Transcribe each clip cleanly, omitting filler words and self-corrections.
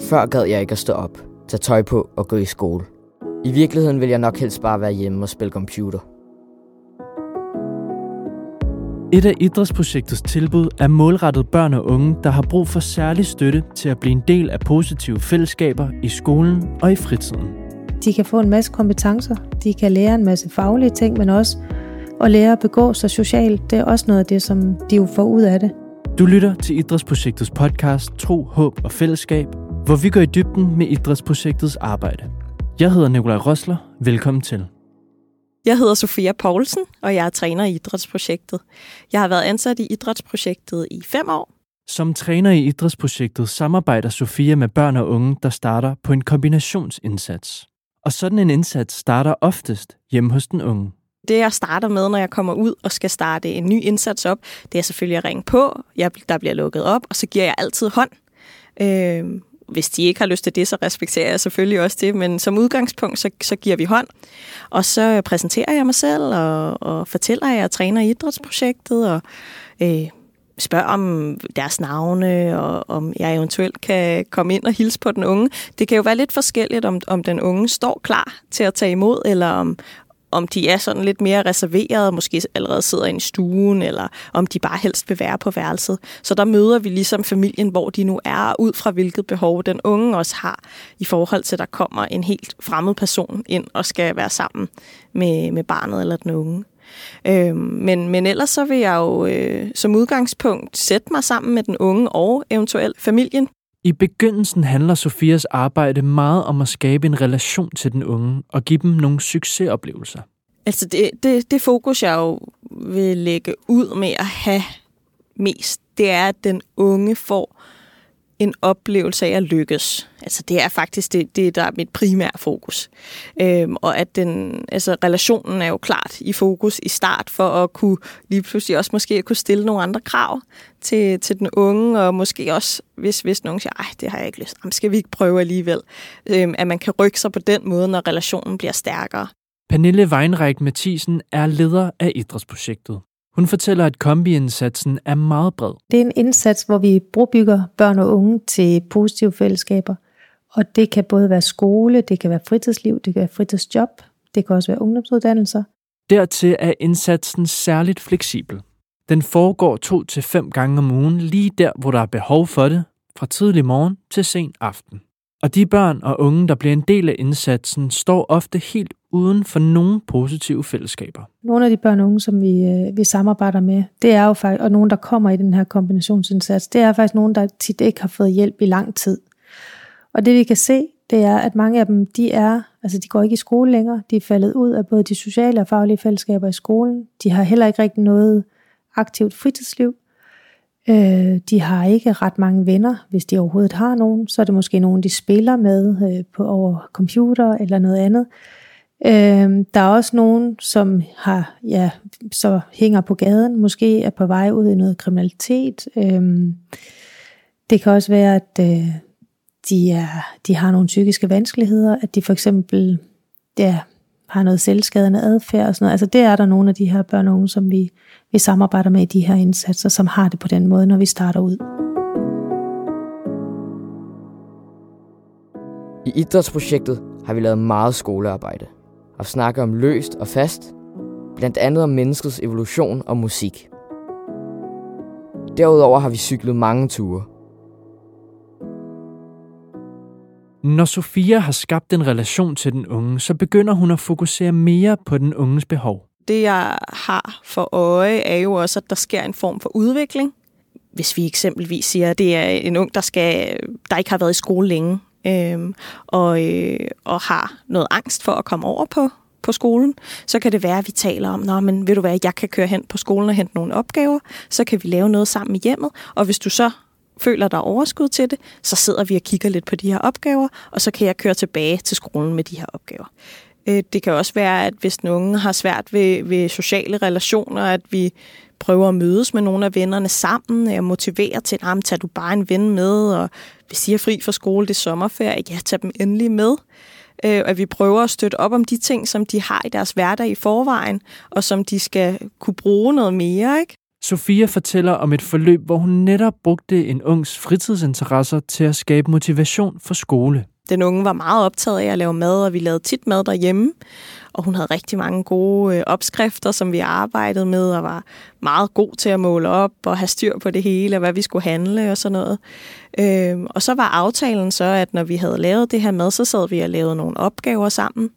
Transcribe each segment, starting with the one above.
Før gad jeg ikke at stå op, tage tøj på og gå i skole. I virkeligheden vil jeg nok helst bare være hjemme og spille computer. Et af idrætsprojektets tilbud er målrettet børn og unge, der har brug for særlig støtte til at blive en del af positive fællesskaber i skolen og i fritiden. De kan få en masse kompetencer, de kan lære en masse faglige ting, men også at lære at begå sig socialt. Det er også noget af det, som de jo får ud af det. Du lytter til idrætsprojektets podcast Tro, Håb og Fællesskab, hvor vi går i dybden med idrætsprojektets arbejde. Jeg hedder Nikolaj Rosler. Velkommen til. Jeg hedder Sofia Poulsen, og jeg er træner i idrætsprojektet. Jeg har været ansat i idrætsprojektet i 5 år. Som træner i idrætsprojektet samarbejder Sofia med børn og unge, der starter på en kombinationsindsats. Og sådan en indsats starter oftest hjemme hos den unge. Det, jeg starter med, når jeg kommer ud og skal starte en ny indsats op, det er selvfølgelig at ringe på. Der bliver lukket op, og så giver jeg altid hånd. Hvis de ikke har lyst til det, så respekterer jeg selvfølgelig også det, men som udgangspunkt, så giver vi hånd. Og så præsenterer jeg mig selv og fortæller, at jeg træner i idrætsprojektet, og spørger om deres navne, og om jeg eventuelt kan komme ind og hilse på den unge. Det kan jo være lidt forskelligt, om den unge står klar til at tage imod, eller om de er sådan lidt mere reserverede, måske allerede sidder inde i stuen, eller om de bare helst vil være på værelset. Så der møder vi ligesom familien, hvor de nu er, ud fra hvilket behov den unge også har, i forhold til, at der kommer en helt fremmed person ind og skal være sammen med barnet eller den unge. Men ellers så vil jeg jo som udgangspunkt sætte mig sammen med den unge og eventuelt familien. I begyndelsen handler Sofias arbejde meget om at skabe en relation til den unge og give dem nogle succesoplevelser. Altså det fokus, jeg jo vil lægge ud med at have mest, det er, at den unge får en oplevelse af at lykkes. Altså det er faktisk det der er mit primære fokus. Og at relationen er jo klart i fokus i start for at kunne lige pludselig også måske kunne stille nogle andre krav til den unge, og måske også, hvis nogen siger, det har jeg ikke lyst, skal vi ikke prøve alligevel. At man kan rykke sig på den måde, når relationen bliver stærkere. Pernille Weinreich Mathisen er leder af idrætsprojektet. Hun fortæller, at kombi-indsatsen er meget bred. Det er en indsats, hvor vi brobygger børn og unge til positive fællesskaber. Og det kan både være skole, det kan være fritidsliv, det kan være fritidsjob, det kan også være ungdomsuddannelser. Dertil er indsatsen særligt fleksibel. Den foregår 2 til 5 gange om ugen, lige der, hvor der er behov for det, fra tidlig morgen til sen aften. Og de børn og unge, der bliver en del af indsatsen, står ofte helt uden for nogle positive fællesskaber. Nogle af de børn og unge, som vi samarbejder med, det er jo faktisk, og nogen, der kommer i den her kombinationsindsats, det er faktisk nogen, der tit ikke har fået hjælp i lang tid. Og det vi kan se, det er, at mange af dem, de går ikke i skole længere, de er faldet ud af både de sociale og faglige fællesskaber i skolen. De har heller ikke rigtig noget aktivt fritidsliv. De har ikke ret mange venner, hvis de overhovedet har nogen. Så er det måske nogen, de spiller med over computer eller noget andet. Der er også nogen, som så hænger på gaden, måske er på vej ud i noget kriminalitet. Det kan også være, at de har nogle psykiske vanskeligheder, at de for eksempel har noget selvskadende adfærd og sådan noget. Altså det er der nogle af de her børn og unge, som vi samarbejder med i de her indsatser, som har det på den måde, når vi starter ud. I idrætsprojektet har vi lavet meget skolearbejde og snakket om løst og fast, blandt andet om menneskets evolution og musik. Derudover har vi cyklet mange ture. Når Sofia har skabt en relation til den unge, så begynder hun at fokusere mere på den unges behov. Det, jeg har for øje, er jo også, at der sker en form for udvikling. Hvis vi eksempelvis siger, at det er en ung, der ikke har været i skole længe, og har noget angst for at komme over på skolen, så kan det være, at vi taler om, men ved du hvad, jeg kan køre hen på skolen og hente nogle opgaver, så kan vi lave noget sammen i hjemmet, og hvis du så føler, der er overskud til det, så sidder vi og kigger lidt på de her opgaver, og så kan jeg køre tilbage til skolen med de her opgaver. Det kan også være, at hvis nogen har svært ved sociale relationer, at vi prøver at mødes med nogle af vennerne sammen, og motivere til, tag du bare en ven med, og hvis de er fri fra skole, det er sommerferie, tag dem endelig med. At vi prøver at støtte op om de ting, som de har i deres hverdag i forvejen, og som de skal kunne bruge noget mere, ikke? Sofia fortæller om et forløb, hvor hun netop brugte en ungs fritidsinteresser til at skabe motivation for skole. Den unge var meget optaget af at lave mad, og vi lavede tit mad derhjemme. Og hun havde rigtig mange gode opskrifter, som vi arbejdede med, og var meget god til at måle op og have styr på det hele, og hvad vi skulle handle og sådan noget. Og så var aftalen så, at når vi havde lavet det her mad, så sad vi og lavede nogle opgaver sammen.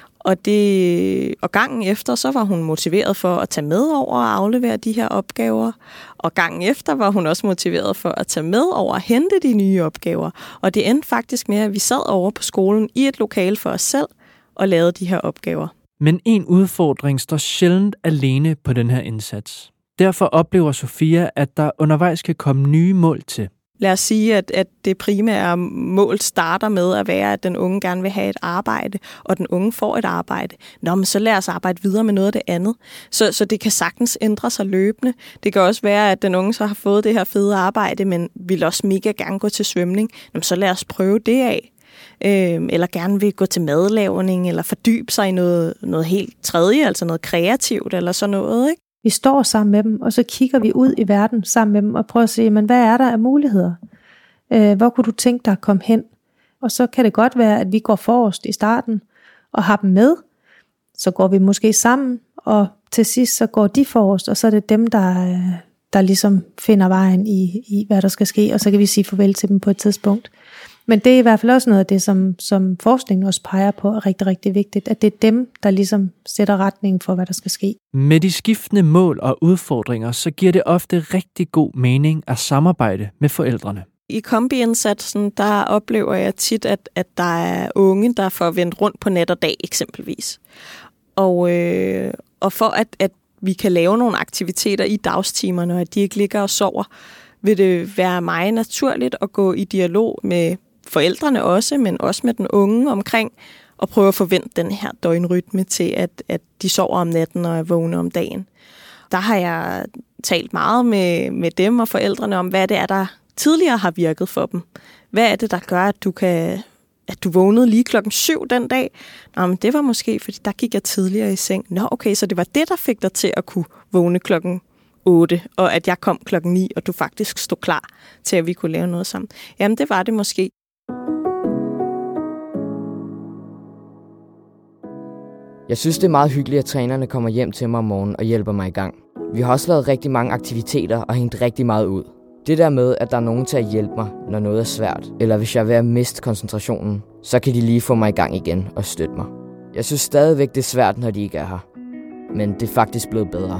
Og gangen efter, så var hun motiveret for at tage med over og aflevere de her opgaver. Og gangen efter var hun også motiveret for at tage med over og hente de nye opgaver. Og det endte faktisk med, at vi sad over på skolen i et lokale for os selv og lavede de her opgaver. Men en udfordring står sjældent alene på den her indsats. Derfor oplever Sofia, at der undervejs kan komme nye mål til. Lad os sige, at det primære mål starter med at være, at den unge gerne vil have et arbejde, og den unge får et arbejde. Nå, men så lad os arbejde videre med noget af det andet. Så det kan sagtens ændre sig løbende. Det kan også være, at den unge så har fået det her fede arbejde, men vil også mega gerne gå til svømning. Nå, så lad os prøve det af. Eller gerne vil gå til madlavning, eller fordybe sig i noget helt tredje, altså noget kreativt, eller sådan noget, ikke? Vi står sammen med dem, og så kigger vi ud i verden sammen med dem, og prøver at se, men hvad er der af muligheder? Hvor kunne du tænke dig at komme hen? Og så kan det godt være, at vi går forrest i starten, og har dem med. Så går vi måske sammen, og til sidst så går de forrest, og så er det dem, der ligesom finder vejen i, hvad der skal ske, og så kan vi sige farvel til dem på et tidspunkt. Men det er i hvert fald også noget af det, som forskningen også peger på, er rigtig, rigtig vigtigt, at det er dem, der ligesom sætter retningen for, hvad der skal ske. Med de skiftende mål og udfordringer, så giver det ofte rigtig god mening at samarbejde med forældrene. I kombi-indsatsen, der oplever jeg tit, at der er unge, der får vendt rundt på nat og dag eksempelvis. Og for at vi kan lave nogle aktiviteter i dagstimerne, og at de ikke ligger og sover, vil det være meget naturligt at gå i dialog med forældrene også, men også med den unge omkring, og prøve at forvente den her døgnrytme til, at de sover om natten og er vågne om dagen. Der har jeg talt meget med dem og forældrene om, hvad det er, der tidligere har virket for dem. Hvad er det, der gør, at du vågnede lige 7:00 den dag? Nå, men det var måske, fordi der gik jeg tidligere i seng. Nå, okay, så det var det, der fik dig til at kunne vågne 8, og at jeg kom 9, og du faktisk stod klar til, at vi kunne lave noget sammen. Jamen, det var det måske. Jeg synes, det er meget hyggeligt, at trænerne kommer hjem til mig om morgenen og hjælper mig i gang. Vi har også lavet rigtig mange aktiviteter og hængt rigtig meget ud. Det der med, at der er nogen til at hjælpe mig, når noget er svært, eller hvis jeg er ved at miste koncentrationen, så kan de lige få mig i gang igen og støtte mig. Jeg synes stadigvæk, det er svært, når de ikke er her. Men det er faktisk blevet bedre.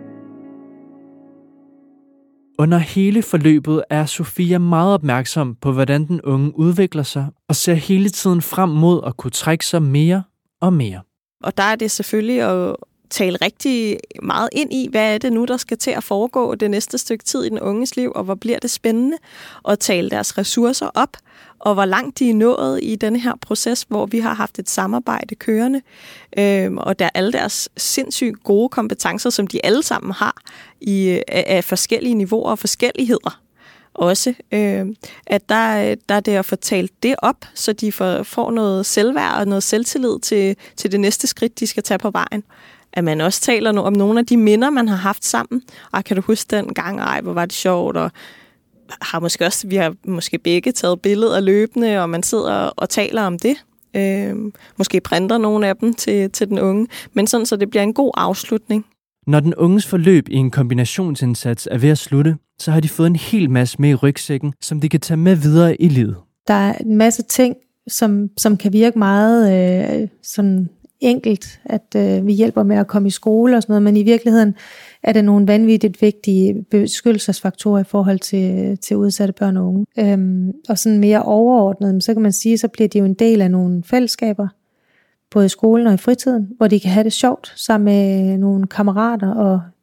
Under hele forløbet er Sofia meget opmærksom på, hvordan den unge udvikler sig, og ser hele tiden frem mod at kunne trække sig mere og mere. Og der er det selvfølgelig at tale rigtig meget ind i, hvad er det nu, der skal til at foregå det næste stykke tid i den unges liv, og hvor bliver det spændende, og tale deres ressourcer op, og hvor langt de er nået i den her proces, hvor vi har haft et samarbejde kørende, og der alle deres sindssygt gode kompetencer, som de alle sammen har, af forskellige niveauer og forskelligheder. Også, at der er det at få talt det op, så de får noget selvværd og noget selvtillid til det næste skridt, de skal tage på vejen. At man også taler om nogle af de minder, man har haft sammen. Og kan du huske den gang? Ej, hvor var det sjovt. Og vi har måske begge taget billeder løbende, og man sidder og taler om det. Måske printer nogle af dem til den unge. Men sådan, så det bliver en god afslutning. Når den unges forløb i en kombinationsindsats er ved at slutte, så har de fået en hel masse med i rygsækken, som de kan tage med videre i livet. Der er en masse ting, som kan virke meget sådan enkelt, at vi hjælper med at komme i skole og sådan noget, men i virkeligheden er det nogle vanvittigt vigtige beskyttelsesfaktorer i forhold til udsatte børn og unge. Og sådan mere overordnet, så kan man sige, så bliver de jo en del af nogle fællesskaber, både i skolen og i fritiden, hvor de kan have det sjovt sammen med nogle kammerater,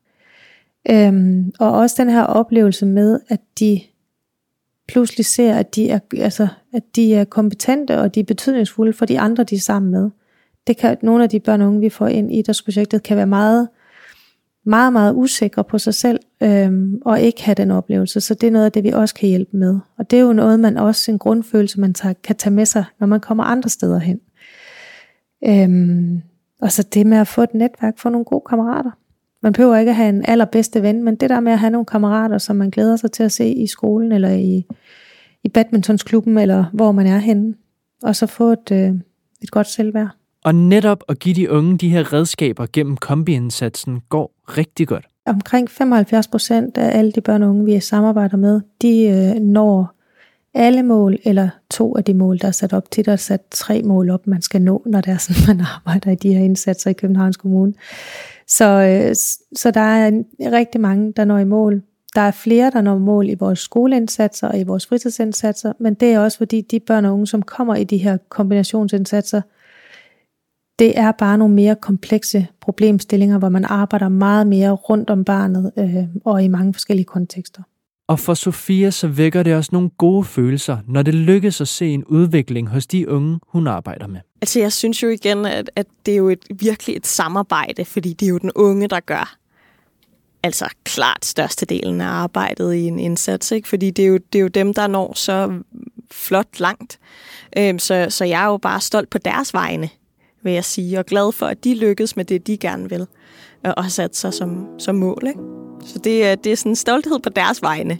og også den her oplevelse med, at de pludselig ser, at de er kompetente, og de er betydningsfulde for de andre, de er sammen med. Det kan nogle af de børn og unge, vi får ind i idrætsprojektet, kan være meget, meget, meget usikre på sig selv, og ikke have den oplevelse. Så det er noget af det, vi også kan hjælpe med. Og det er jo noget, man også en grundfølelse, man kan tage med sig, når man kommer andre steder hen. Og så det med at få et netværk, få nogle gode kammerater, Man behøver ikke at have en allerbedste ven, men det der med at have nogle kammerater, som man glæder sig til at se i skolen, eller i badmintonsklubben, eller hvor man er henne, og så få et godt selvværd. Og netop at give de unge de her redskaber gennem kombi-indsatsen går rigtig godt. Omkring 75% af alle de børn og unge, vi samarbejder med, de når alle mål, eller 2 af de mål, der er sat op. Tit er sat 3 mål op, man skal nå, når det er sådan, man arbejder i de her indsatser i Københavns Kommune. Så der er rigtig mange, der når i mål. Der er flere, der når mål i vores skoleindsatser og i vores fritidsindsatser, men det er også fordi de børn og unge, som kommer i de her kombinationsindsatser, det er bare nogle mere komplekse problemstillinger, hvor man arbejder meget mere rundt om barnet og i mange forskellige kontekster. Og for Sofia så vækker det også nogle gode følelser, når det lykkes at se en udvikling hos de unge, hun arbejder med. Altså jeg synes jo igen, at det er jo virkelig et samarbejde, fordi det er jo den unge, der gør altså klart størstedelen af arbejdet i en indsats, ikke? Fordi det er jo dem, der når så flot langt. Så jeg er jo bare stolt på deres vegne, vil jeg sige, og glad for, at de lykkes med det, de gerne vil, og har sat sig som mål, ikke? Så det er sådan en stolthed på deres vegne.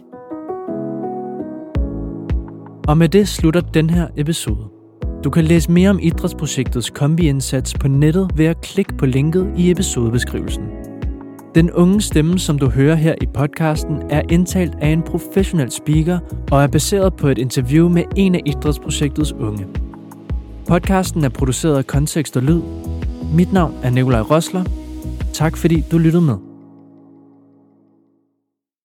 Og med det slutter den her episode. Du kan læse mere om idrætsprojektets kombi-indsats på nettet ved at klikke på linket i episodebeskrivelsen. Den unge stemme, som du hører her i podcasten, er indtalt af en professionel speaker og er baseret på et interview med en af idrætsprojektets unge. Podcasten er produceret af Kontekst og Lyd. Mit navn er Nikolaj Rosler. Tak fordi du lyttede med.